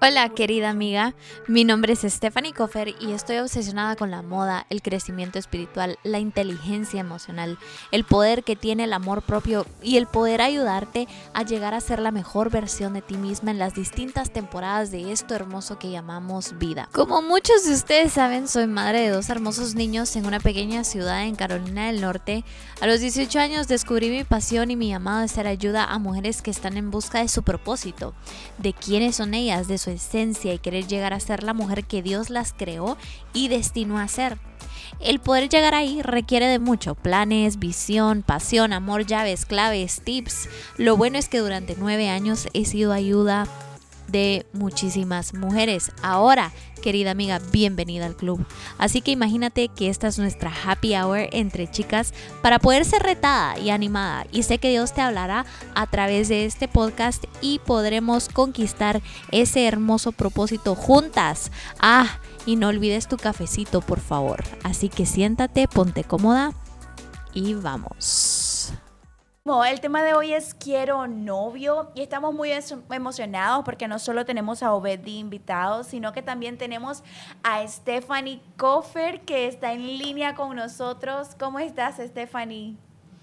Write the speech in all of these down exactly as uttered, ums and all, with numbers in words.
Hola querida amiga, mi nombre es Stephanie Coffer y estoy obsesionada con la moda, el crecimiento espiritual, la inteligencia emocional, el poder que tiene el amor propio y el poder ayudarte a llegar a ser la mejor versión de ti misma en las distintas temporadas de esto hermoso que llamamos vida. Como muchos de ustedes saben, soy madre de dos hermosos niños en una pequeña ciudad en Carolina del Norte. A los dieciocho años descubrí mi pasión y mi llamado de ser ayuda a mujeres que están en busca de su propósito, de quiénes son ellas, de su esencia y querer llegar a ser la mujer que Dios las creó y destinó a ser. El poder llegar ahí requiere de mucho: planes, visión, pasión, amor, llaves, claves, tips. Lo bueno es que durante nueve años he sido ayuda de muchísimas mujeres. Ahora, querida amiga, bienvenida al club. Así que imagínate que esta es nuestra happy hour entre chicas para poder ser retada y animada. Y sé que Dios te hablará a través de este podcast y podremos conquistar ese hermoso propósito juntas. Ah, y no olvides tu cafecito, por favor. Así que siéntate, ponte cómoda y vamos. Bueno, el tema de hoy es quiero novio y estamos muy emocionados porque no solo tenemos a Obed de invitados, sino que también tenemos a Stephanie Coffer que está en línea con nosotros. ¿Cómo estás, Stephanie?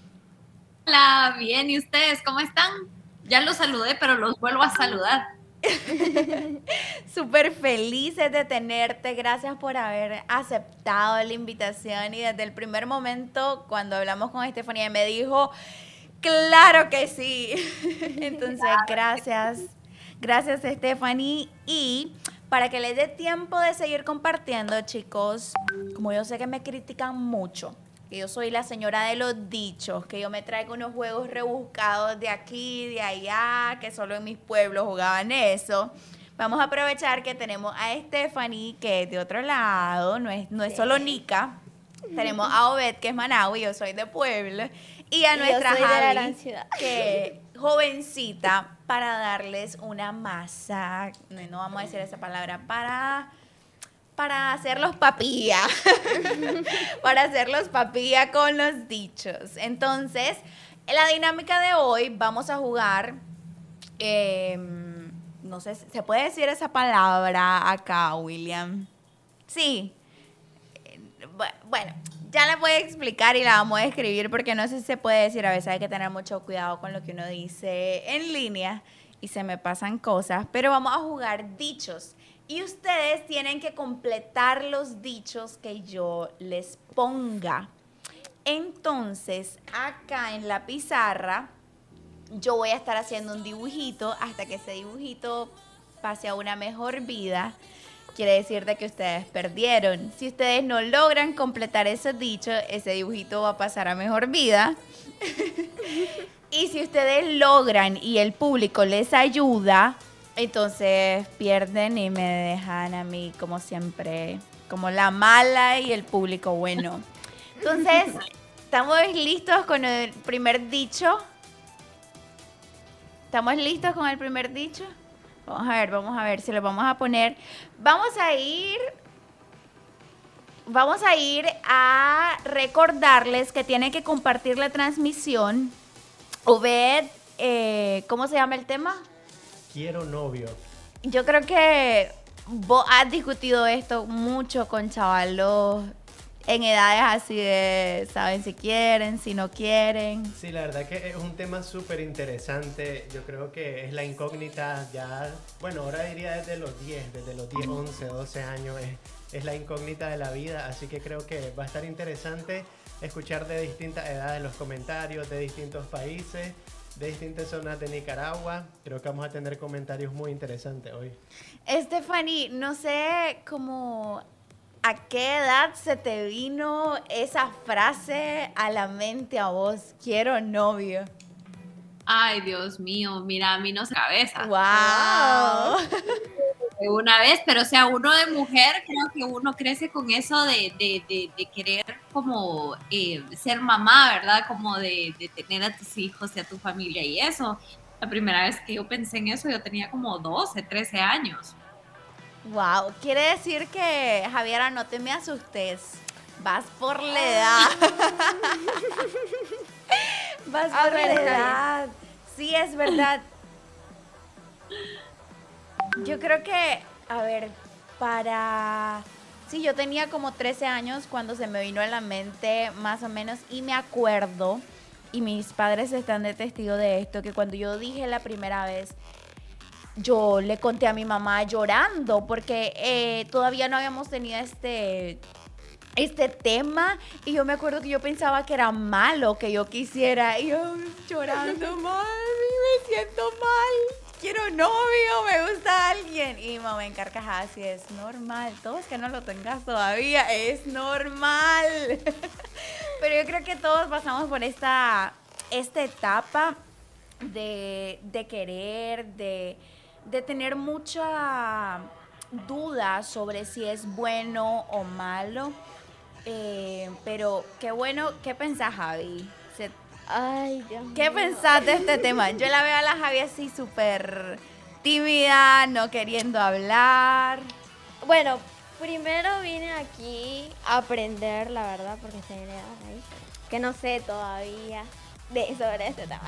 Hola, bien, ¿y ustedes cómo están? Ya los saludé, pero los vuelvo a saludar. Súper felices de tenerte, gracias por haber aceptado la invitación y desde el primer momento cuando hablamos con Stephanie me dijo... Claro que sí. Entonces, gracias. Gracias, Stephanie. Y para que les dé tiempo de seguir compartiendo, chicos, como yo sé que me critican mucho, que yo soy la señora de los dichos, que yo me traigo unos juegos rebuscados de aquí, de allá, que solo en mis pueblos jugaban eso. Vamos a aprovechar que tenemos a Stephanie, que es de otro lado, no es, no es solo Nica. Tenemos a Obed, que es Managua, y yo soy de Puebla. Y a y nuestra Javi, que jovencita, para darles una masa, no, no vamos a decir esa palabra, para, para hacerlos papilla, para hacerlos papilla con los dichos. Entonces, en la dinámica de hoy vamos a jugar, eh, no sé, ¿se puede decir esa palabra acá, William? Sí. Bueno, ya la voy a explicar y la vamos a escribir porque no sé si se puede decir. A veces hay que tener mucho cuidado con lo que uno dice en línea y se me pasan cosas. Pero vamos a jugar dichos y ustedes tienen que completar los dichos que yo les ponga. Entonces, acá en la pizarra, yo voy a estar haciendo un dibujito hasta que ese dibujito pase a una mejor vida. Quiere decir de que ustedes perdieron. Si ustedes no logran completar esos dichos, ese dibujito va a pasar a mejor vida. Y si ustedes logran y el público les ayuda, entonces pierden y me dejan a mí como siempre, como la mala y el público bueno. Entonces, ¿estamos listos con el primer dicho? ¿Estamos listos con el primer dicho? Vamos a ver, vamos a ver si lo vamos a poner. Vamos a ir, vamos a ir a recordarles que tienen que compartir la transmisión. Obed, eh, ¿cómo se llama el tema? Quiero novio. Yo creo que vos has discutido esto mucho con chavalos en edades así de, saben si quieren, si no quieren. Sí, la verdad que es un tema súper interesante. Yo creo que es la incógnita ya, bueno, ahora diría desde los diez, desde los diez, once, doce años, es, es la incógnita de la vida. Así que creo que va a estar interesante escuchar de distintas edades los comentarios, de distintos países, de distintas zonas de Nicaragua. Creo que vamos a tener comentarios muy interesantes hoy. Stephanie, no sé cómo... ¿A qué edad se te vino esa frase a la mente a vos? Quiero novio. Ay, Dios mío, mira, a mí no se cabeza. ¡Wow! Una vez, pero o sea, uno de mujer, creo que uno crece con eso de, de, de, de querer como eh, ser mamá, ¿verdad? Como de, de tener a tus hijos y a tu familia y eso. La primera vez que yo pensé en eso, yo tenía como doce, trece años. Wow, quiere decir que, Javiera, no te me asustes. Vas por la edad. Vas por la edad. Sí, es verdad. Yo creo que, a ver, para... Sí, yo tenía como trece años cuando se me vino a la mente más o menos y me acuerdo, y mis padres están de testigo de esto, que cuando yo dije la primera vez, yo le conté a mi mamá llorando porque eh, todavía no habíamos tenido este... este tema y yo me acuerdo que yo pensaba que era malo que yo quisiera y yo llorando, mami, me siento mal, quiero novio, me gusta alguien y mi mamá en carcajadas, así es normal, todos que no lo tengas todavía, es normal. Pero yo creo que todos pasamos por esta, esta etapa de, de querer, de, de tener mucha duda sobre si es bueno o malo. Eh, pero qué bueno, ¿qué pensás, Javi? Se, Ay, Dios ¿Qué mío. pensás de este tema? Yo la veo a la Javi así súper tímida, no queriendo hablar. Bueno, primero vine aquí a aprender, la verdad, porque estoy en edad ahí, que no sé todavía de sobre este tema.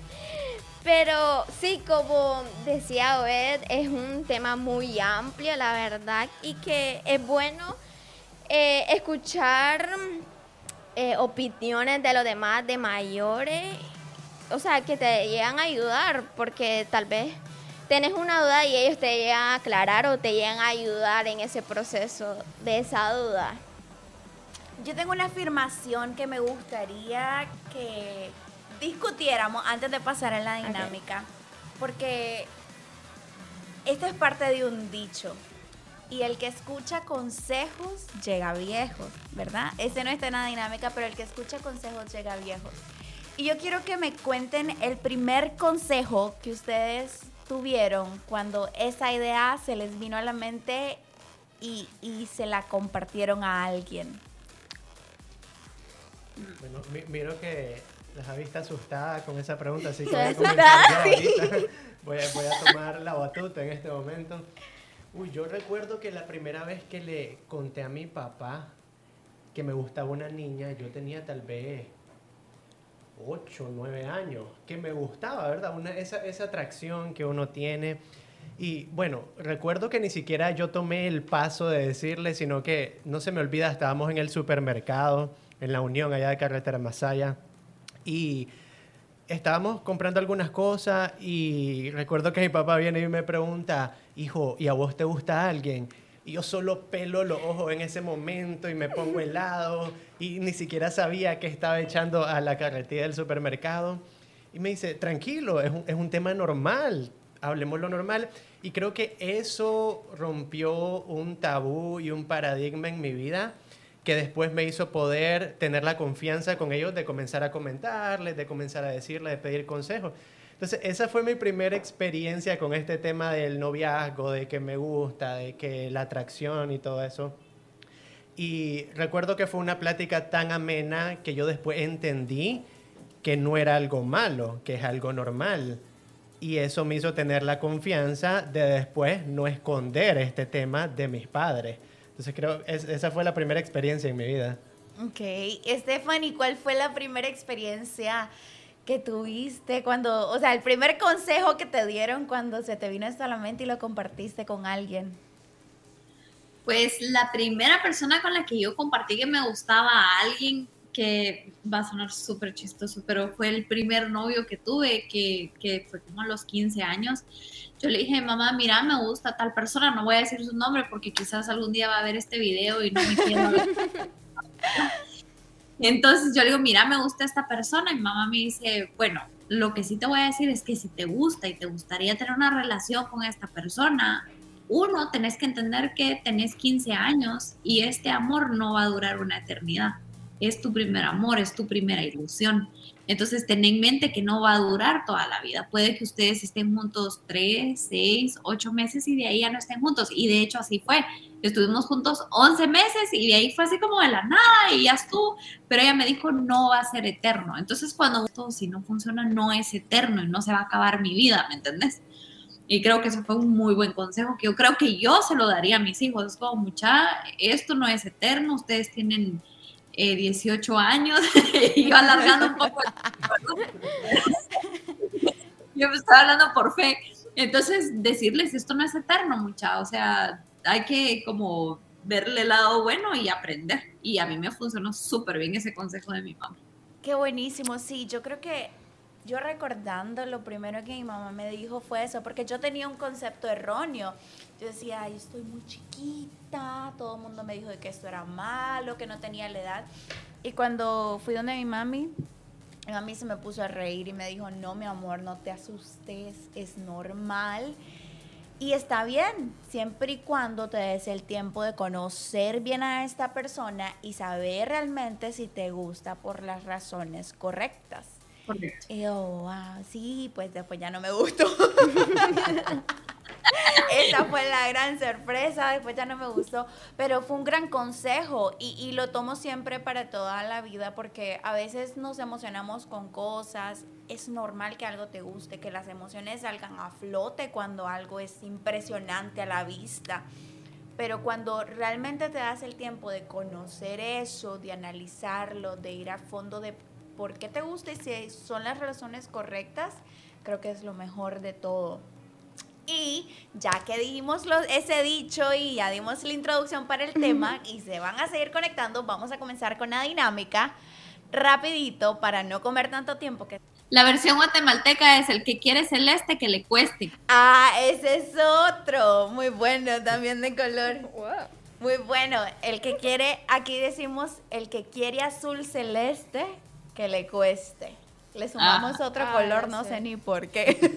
Pero sí, como decía Obed, es un tema muy amplio, la verdad, y que es bueno eh, escuchar eh, opiniones de los demás, de mayores, o sea, que te llegan a ayudar, porque tal vez tenés una duda y ellos te llegan a aclarar o te llegan a ayudar en ese proceso de esa duda. Yo tengo una afirmación que me gustaría que discutiéramos antes de pasar a la dinámica, okay. Porque esto es parte de un dicho, y el que escucha consejos llega viejo, ¿verdad? Ese no está en la dinámica, pero el que escucha consejos llega viejo. Y yo quiero que me cuenten el primer consejo que ustedes tuvieron cuando esa idea se les vino a la mente y, y se la compartieron a alguien. Bueno, mi- miro que la Javi está asustada con esa pregunta, así que voy a comenzar yo ahorita. Voy a, voy a tomar la batuta en este momento. Uy, yo recuerdo que la primera vez que le conté a mi papá que me gustaba una niña, yo tenía tal vez ocho, nueve años, que me gustaba, ¿verdad? Una, esa, esa atracción que uno tiene. Y bueno, recuerdo que ni siquiera yo tomé el paso de decirle, sino que no se me olvida, estábamos en el supermercado, en la Unión, allá de Carretera Masaya, y estábamos comprando algunas cosas y recuerdo que mi papá viene y me pregunta, hijo, ¿y a vos te gusta alguien? Y yo solo pelo los ojos en ese momento y me pongo helado y ni siquiera sabía que estaba echando a la carretilla del supermercado. Y me dice, tranquilo, es un, es un tema normal, hablemos lo normal. Y creo que eso rompió un tabú y un paradigma en mi vida que después me hizo poder tener la confianza con ellos de comenzar a comentarles, de comenzar a decirles, de pedir consejos. Entonces, esa fue mi primera experiencia con este tema del noviazgo, de que me gusta, de que la atracción y todo eso. Y recuerdo que fue una plática tan amena que yo después entendí que no era algo malo, que es algo normal. Y eso me hizo tener la confianza de después no esconder este tema de mis padres. Entonces creo que es, esa fue la primera experiencia en mi vida. Ok, Stephanie, ¿cuál fue la primera experiencia que tuviste cuando, o sea, el primer consejo que te dieron cuando se te vino esto a la mente y lo compartiste con alguien? Pues la primera persona con la que yo compartí que me gustaba a alguien, que va a sonar súper chistoso, pero fue el primer novio que tuve, que, que fue como a los quince años. Yo le dije, mamá, mira, me gusta tal persona, no voy a decir su nombre porque quizás algún día va a ver este video y no me quiero ver. Entonces yo le digo, mira, me gusta esta persona, y mi mamá me dice, bueno, lo que sí te voy a decir es que si te gusta y te gustaría tener una relación con esta persona, uno, tenés que entender que tenés quince años y este amor no va a durar una eternidad. Es tu primer amor, es tu primera ilusión. Entonces, ten en mente que no va a durar toda la vida. Puede que ustedes estén juntos tres, seis, ocho meses y de ahí ya no estén juntos. Y de hecho así fue. Estuvimos juntos once meses y de ahí fue así como de la nada y ya estuvo. Pero ella me dijo, no va a ser eterno. Entonces, cuando todo, si no funciona, no es eterno y no se va a acabar mi vida, ¿me entendés? Y creo que eso fue un muy buen consejo que yo creo que yo se lo daría a mis hijos. Es como, mucha, esto no es eterno, ustedes tienen eh, dieciocho años y yo alargando un poco. Yo me estaba hablando por fe. Entonces, decirles, esto no es eterno, mucha, o sea, hay que como verle el lado bueno y aprender. Y a mí me funcionó súper bien ese consejo de mi mamá. Qué buenísimo, sí, yo creo que yo recordando lo primero que mi mamá me dijo fue eso, porque yo tenía un concepto erróneo. Yo decía, ay, estoy muy chiquita, todo el mundo me dijo de que esto era malo, que no tenía la edad. Y cuando fui donde mi mami, mi mami se me puso a reír y me dijo, no, mi amor, no te asustes, es normal. Y está bien, siempre y cuando te des el tiempo de conocer bien a esta persona y saber realmente si te gusta por las razones correctas. Correcto. Y yo, wow, sí, pues después ya no me gustó. Esa fue la gran sorpresa, después ya no me gustó, pero fue un gran consejo y, y lo tomo siempre para toda la vida porque a veces nos emocionamos con cosas, es normal que algo te guste, que las emociones salgan a flote cuando algo es impresionante a la vista, pero cuando realmente te das el tiempo de conocer eso, de analizarlo, de ir a fondo de por qué te gusta y si son las razones correctas, creo que es lo mejor de todo. Y ya que dijimos los, ese dicho y ya dimos la introducción para el tema y se van a seguir conectando, vamos a comenzar con la dinámica rapidito para no comer tanto tiempo. Que... La versión guatemalteca es el que quiere celeste que le cueste. Ah, ese es otro, muy bueno también de color. Wow. Muy bueno, el que quiere, aquí decimos el que quiere azul celeste que le cueste. Le sumamos Ah. otro Ah, color, no sí. sé ni por qué.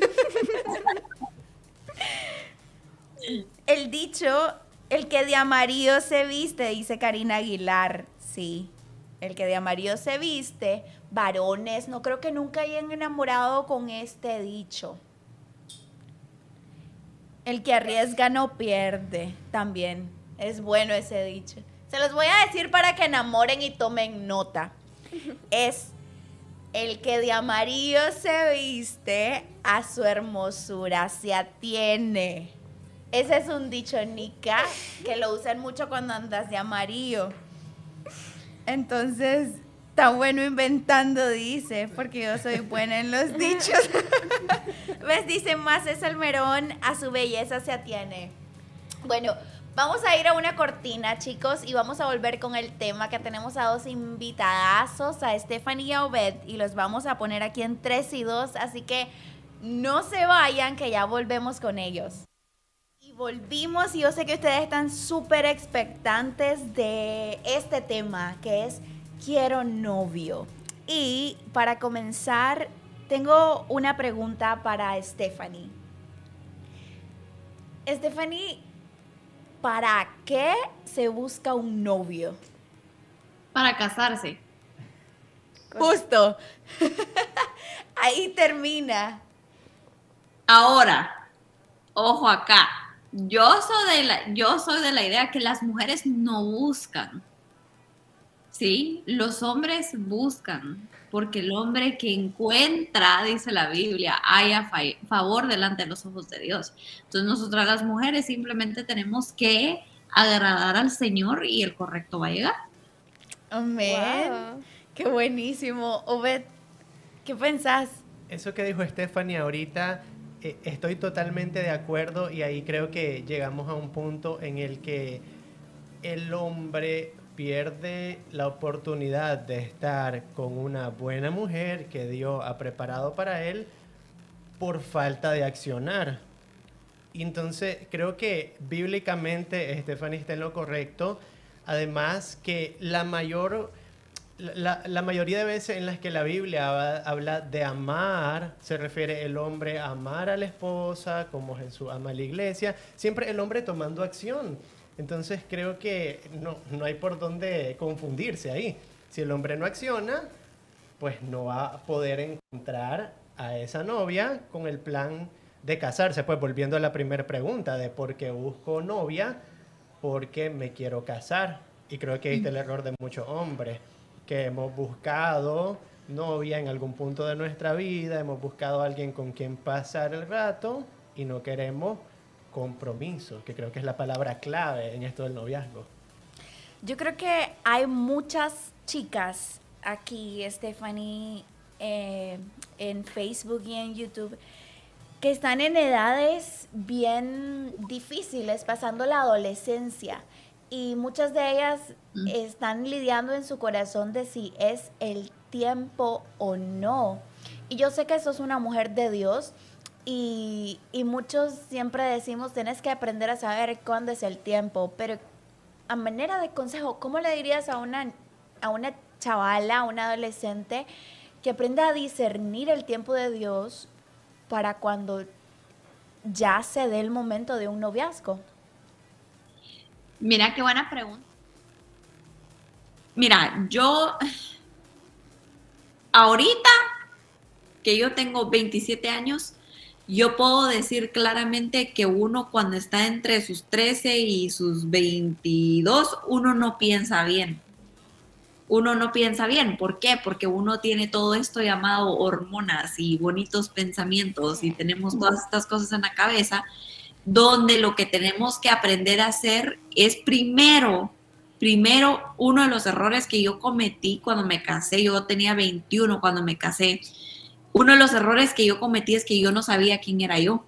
El dicho, el que de amarillo se viste, dice Karina Aguilar, sí, el que de amarillo se viste, varones, no creo que nunca hayan enamorado con este dicho. El que arriesga no pierde, también, es bueno ese dicho. Se los voy a decir para que enamoren y tomen nota. Es el que de amarillo se viste, a su hermosura se atiene. Ese es un dicho nica que lo usan mucho cuando andas de amarillo. Entonces, tan bueno inventando, dice, porque yo soy buena en los dichos. ¿Ves? Dice, más es el merón, a su belleza se atiene. Bueno, vamos a ir a una cortina, chicos, y vamos a volver con el tema que tenemos a dos invitadazos, a Stephanie y a Obed, y los vamos a poner aquí en tres y dos, así que no se vayan, que ya volvemos con ellos. Y volvimos, y yo sé que ustedes están súper expectantes de este tema, que es Quiero novio. Y para comenzar, tengo una pregunta para Stephanie. Stephanie, ¿para qué se busca un novio? Para casarse. Justo. Ahí termina. Ahora, ojo acá. Yo soy de la, yo soy de la idea que las mujeres no buscan. Sí, los hombres buscan, porque el hombre que encuentra, dice la Biblia, haya fa favor delante de los ojos de Dios. Entonces nosotras las mujeres simplemente tenemos que agradar al Señor y el correcto va a llegar. Amén. Wow. Qué buenísimo. Obed, ¿qué pensás? Eso que dijo Stephanie ahorita, eh, estoy totalmente de acuerdo y ahí creo que llegamos a un punto en el que el hombre pierde la oportunidad de estar con una buena mujer que Dios ha preparado para él por falta de accionar. Entonces creo que bíblicamente Stephanie está en lo correcto. Además que la mayor... La, la mayoría de veces en las que la Biblia habla, habla de amar, se refiere el hombre a amar a la esposa, como Jesús ama a la iglesia, siempre el hombre tomando acción. Entonces creo que no, no hay por dónde confundirse ahí. Si el hombre no acciona, pues no va a poder encontrar a esa novia con el plan de casarse. Pues volviendo a la primera pregunta de por qué busco novia, porque me quiero casar. Y creo que ahí está el error de muchos hombres, que hemos buscado novia en algún punto de nuestra vida, hemos buscado a alguien con quien pasar el rato y no queremos compromiso, que creo que es la palabra clave en esto del noviazgo. Yo creo que hay muchas chicas aquí, Stephanie, eh, en Facebook y en YouTube, que están en edades bien difíciles, pasando la adolescencia. Y muchas de ellas mm. están lidiando en su corazón de si es el tiempo o no. Y yo sé que sos una mujer de Dios y, y muchos siempre decimos, tienes que aprender a saber cuándo es el tiempo. Pero a manera de consejo, ¿cómo le dirías a una, a una chavala, a una adolescente que aprenda a discernir el tiempo de Dios para cuando ya se dé el momento de un noviazgo? Mira, qué buena pregunta. Mira, yo ahorita que yo tengo veintisiete años, yo puedo decir claramente que uno cuando está entre sus trece y sus veintidós, uno no piensa bien. Uno no piensa bien. ¿Por qué? Porque uno tiene todo esto llamado hormonas y bonitos pensamientos y tenemos todas estas cosas en la cabeza, donde lo que tenemos que aprender a hacer es primero, primero, uno de los errores que yo cometí cuando me casé, yo tenía veintiuno cuando me casé, uno de los errores que yo cometí es que yo no sabía quién era yo.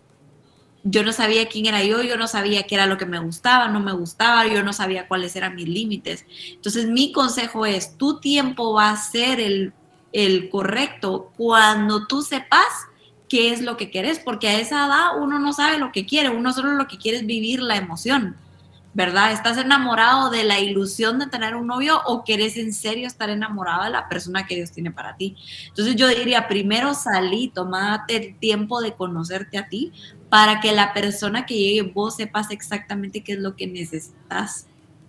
Yo no sabía quién era yo, yo no sabía qué era lo que me gustaba, no me gustaba, yo no sabía cuáles eran mis límites. Entonces, mi consejo es, tu tiempo va a ser el, el correcto cuando tú sepas qué es lo que quieres, porque a esa edad uno no sabe lo que quiere, uno solo lo que quiere es vivir la emoción, ¿verdad? ¿Estás enamorado de la ilusión de tener un novio o quieres en serio estar enamorado de la persona que Dios tiene para ti? Entonces yo diría, primero salí, tómate el tiempo de conocerte a ti para que la persona que llegue vos sepas exactamente qué es lo que necesitas.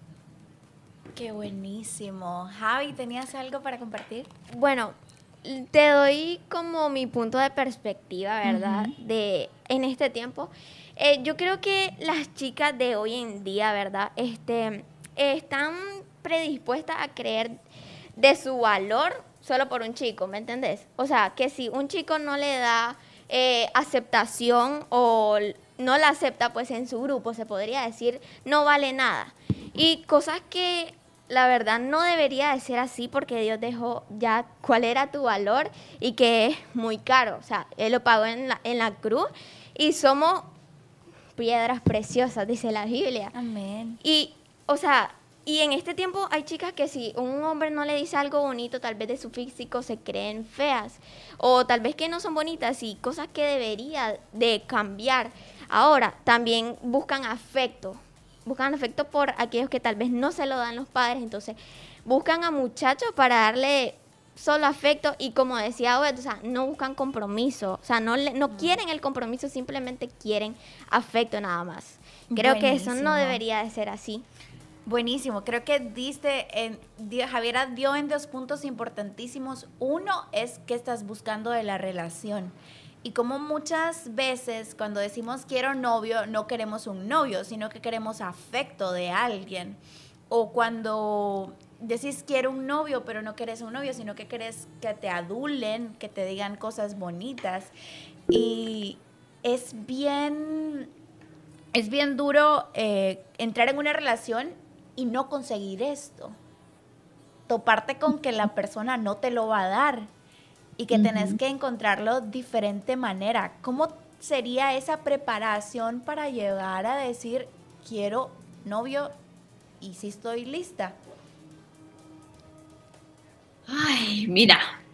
Qué buenísimo. Javi, ¿tenías algo para compartir? Bueno, te doy como mi punto de perspectiva, ¿verdad? Uh-huh. De en este tiempo. Eh, yo creo que las chicas de hoy en día, ¿verdad? Este, están predispuestas a creer de su valor solo por un chico, ¿me entendés? O sea, que si un chico no le da eh, aceptación o no la acepta, pues en su grupo, se podría decir, no vale nada. Y cosas que la verdad no debería de ser así, porque Dios dejó ya cuál era tu valor y que es muy caro. O sea, Él lo pagó en la, en la cruz y somos piedras preciosas, dice la Biblia. Amén. Y, o sea, y en este tiempo hay chicas que si un hombre no le dice algo bonito, tal vez de su físico, se creen feas. O tal vez que no son bonitas y cosas que debería de cambiar. Ahora, también buscan afecto. Buscan afecto por aquellos que tal vez no se lo dan los padres. Entonces, buscan a muchachos para darle solo afecto y, como decía Obed, o sea, no buscan compromiso. O sea, no, le, no quieren el compromiso, simplemente quieren afecto nada más. Creo Buenísimo. Que eso no debería de ser así. Buenísimo. Creo que diste, en, Javiera dio en dos puntos importantísimos. Uno es qué estás buscando de la relación. Y como muchas veces cuando decimos quiero novio, no queremos un novio, sino que queremos afecto de alguien. O cuando decís quiero un novio, pero no querés un novio, sino que querés que te adulen, que te digan cosas bonitas. Y es bien, es bien duro eh, entrar en una relación y no conseguir esto. Toparte con que la persona no te lo va a dar. Y que tenés uh-huh. que encontrarlo de diferente manera. ¿Cómo sería esa preparación para llegar a decir, quiero novio y sí estoy lista? Ay, mira.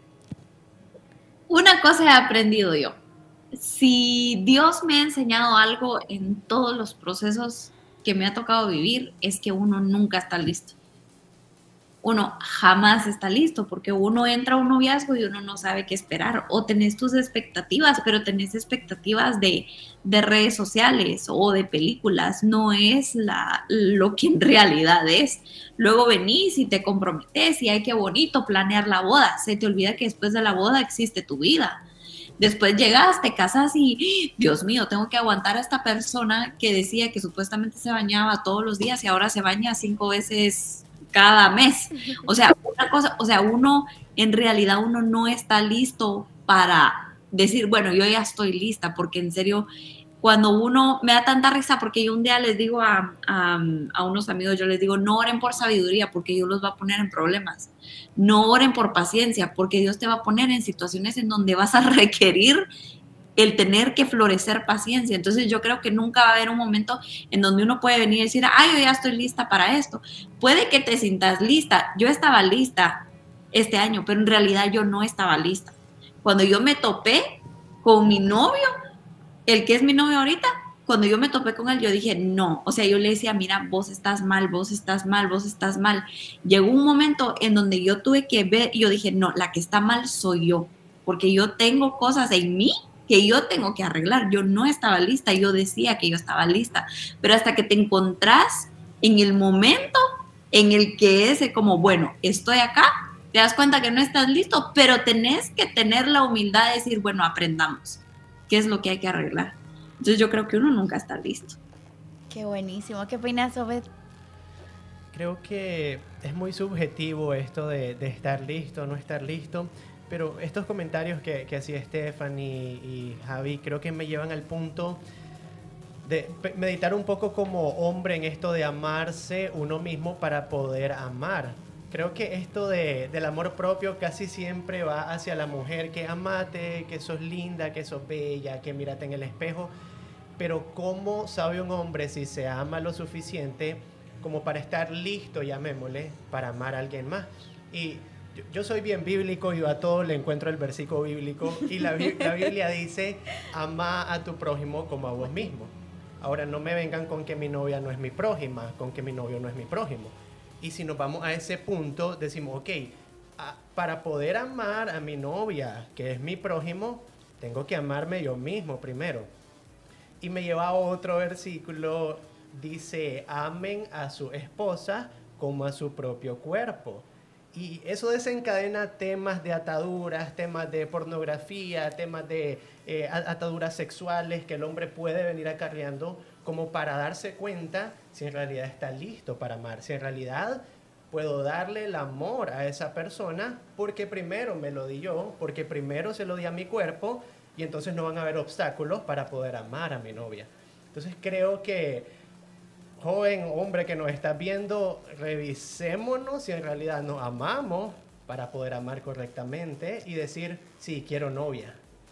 Una cosa he aprendido yo. Si Dios me ha enseñado algo en todos los procesos que me ha tocado vivir, es que uno nunca está listo. Uno jamás está listo porque uno entra a un noviazgo y uno no sabe qué esperar. O tenés tus expectativas, pero tenés expectativas de, de redes sociales o de películas. No es la, lo que en realidad es. Luego venís y te comprometés y hay que bonito planear la boda. Se te olvida que después de la boda existe tu vida. Después llegas, te casas y, Dios mío, tengo que aguantar a esta persona que decía que supuestamente se bañaba todos los días y ahora se baña cinco veces cada mes. O sea, una cosa, o sea, uno, en realidad uno no está listo para decir, bueno, yo ya estoy lista, porque en serio, cuando uno, me da tanta risa, porque yo un día les digo a, a, a unos amigos, yo les digo, no oren por sabiduría, porque Dios los va a poner en problemas. No oren por paciencia, porque Dios te va a poner en situaciones en donde vas a requerir el tener que florecer paciencia. Entonces yo creo que nunca va a haber un momento en donde uno puede venir y decir, ay, yo ya estoy lista para esto. Puede que te sientas lista. Yo estaba lista este año, pero en realidad yo no estaba lista. Cuando yo me topé con mi novio, el que es mi novio ahorita, cuando yo me topé con él, yo dije, no. O sea, yo le decía, mira, vos estás mal, vos estás mal, vos estás mal. Llegó un momento en donde yo tuve que ver, y yo dije, no, la que está mal soy yo, porque yo tengo cosas en mí que yo tengo que arreglar. Yo no estaba lista, yo decía que yo estaba lista, pero hasta que te encontrás en el momento en el que es como, bueno, estoy acá, te das cuenta que no estás listo, pero tenés que tener la humildad de decir, bueno, aprendamos, ¿qué es lo que hay que arreglar? Entonces yo creo que uno nunca está listo. Qué buenísimo. ¿Qué opinas, Obed? Creo que es muy subjetivo esto de, de estar listo, no estar listo. Pero estos comentarios que, que hacía Stephanie y Javi creo que me llevan al punto de meditar un poco como hombre en esto de amarse uno mismo para poder amar. Creo que esto de, del amor propio casi siempre va hacia la mujer, que amate, que sos linda, que sos bella, que mírate en el espejo. Pero ¿cómo sabe un hombre si se ama lo suficiente como para estar listo, llamémosle, para amar a alguien más? Y yo soy bien bíblico y a todo le encuentro el versículo bíblico y la, la Biblia dice, ama a tu prójimo como a vos mismo. Ahora no me vengan con que mi novia no es mi prójima, con que mi novio no es mi prójimo. Y si nos vamos a ese punto, decimos, ok, a, para poder amar a mi novia, que es mi prójimo, tengo que amarme yo mismo primero. Y me lleva a otro versículo, dice, amen a su esposa como a su propio cuerpo. Y eso desencadena temas de ataduras, temas de pornografía, temas de eh, ataduras sexuales que el hombre puede venir acarreando como para darse cuenta si en realidad está listo para amar, si en realidad puedo darle el amor a esa persona porque primero me lo di yo, porque primero se lo di a mi cuerpo y entonces no van a haber obstáculos para poder amar a mi novia. Entonces creo que joven, hombre que nos está viendo, revisémonos si en realidad nos amamos para poder amar correctamente y decir, sí, quiero novia.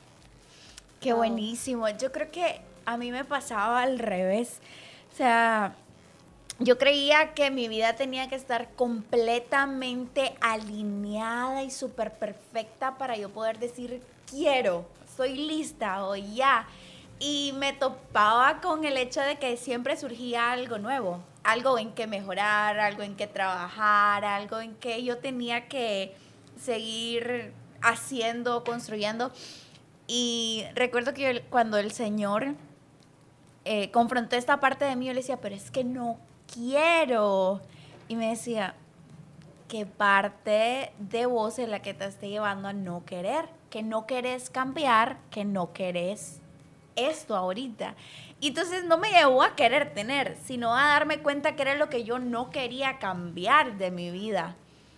Qué buenísimo. Yo creo que a mí me pasaba al revés. O sea, yo creía que mi vida tenía que estar completamente alineada y súper perfecta para yo poder decir, quiero, estoy lista o ya. Y me topaba con el hecho de que siempre surgía algo nuevo, algo en que mejorar, algo en que trabajar, algo en que yo tenía que seguir haciendo, construyendo. Y recuerdo que yo, cuando el Señor eh, confrontó esta parte de mí, yo le decía, pero es que no quiero. Y me decía, ¿qué parte de vos es la que te esté llevando a no querer? Que no querés cambiar, que no querés esto ahorita. Y entonces no me llevó a querer tener, sino a darme cuenta que era lo que yo no quería cambiar de mi vida.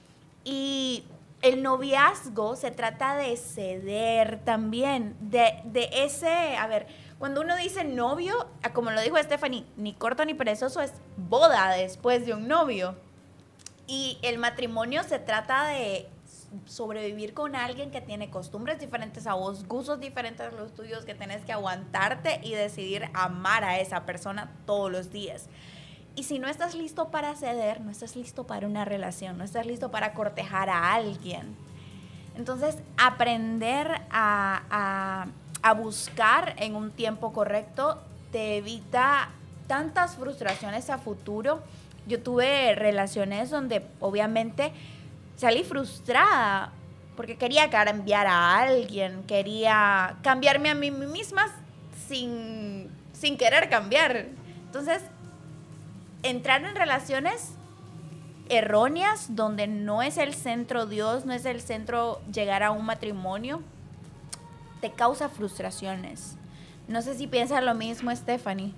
Y el noviazgo se trata de ceder también, de, de ese, a ver, cuando uno dice novio, como lo dijo Stephanie, ni corto ni perezoso, es boda después de un novio. Y el matrimonio se trata de sobrevivir con alguien que tiene costumbres diferentes a vos, gustos diferentes a los tuyos, que tenés que aguantarte y decidir amar a esa persona todos los días. Y si no estás listo para ceder, no estás listo para una relación, no estás listo para cortejar a alguien. Entonces, aprender a, a, a buscar en un tiempo correcto te evita tantas frustraciones a futuro. Yo tuve relaciones donde obviamente salí frustrada porque quería cambiar a alguien, quería cambiarme a mí misma sin, sin querer cambiar. Entonces, entrar en relaciones erróneas donde no es el centro Dios, no es el centro llegar a un matrimonio, te causa frustraciones. No sé si piensas lo mismo, Stephanie.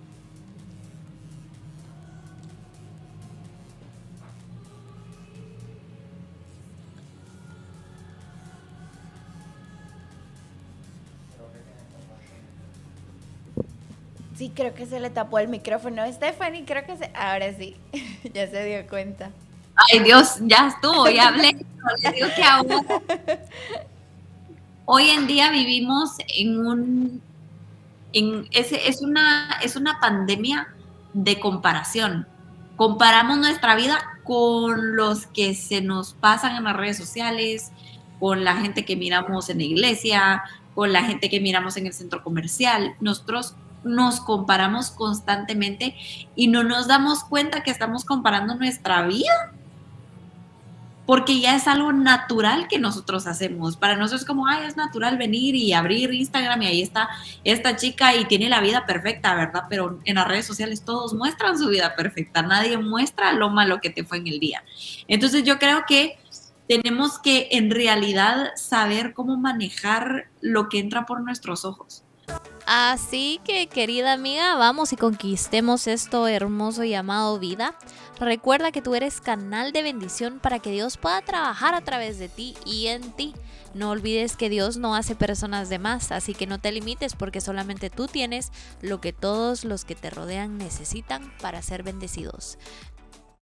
Sí, creo que se le tapó el micrófono. Stephanie, creo que se... Ahora sí, ya se dio cuenta. Ay, Dios, ya estuvo, ya hablé. Les digo que ahora... hoy en día vivimos en un, en ese, es una, es una pandemia de comparación. Comparamos nuestra vida con los que se nos pasan en las redes sociales, con la gente que miramos en la iglesia, con la gente que miramos en el centro comercial. Nosotros nos comparamos constantemente y no nos damos cuenta que estamos comparando nuestra vida, porque ya es algo natural que nosotros hacemos. Para nosotros es como, ay, es natural venir y abrir Instagram y ahí está esta chica y tiene la vida perfecta, ¿verdad? Pero en las redes sociales todos muestran su vida perfecta, nadie muestra lo malo que te fue en el día. Entonces yo creo que tenemos que en realidad saber cómo manejar lo que entra por nuestros ojos. Así que, querida amiga, vamos y conquistemos esto hermoso llamado vida. Recuerda que tú eres canal de bendición para que Dios pueda trabajar a través de ti y en ti. No olvides que Dios no hace personas de más, así que no te limites porque solamente tú tienes lo que todos los que te rodean necesitan para ser bendecidos.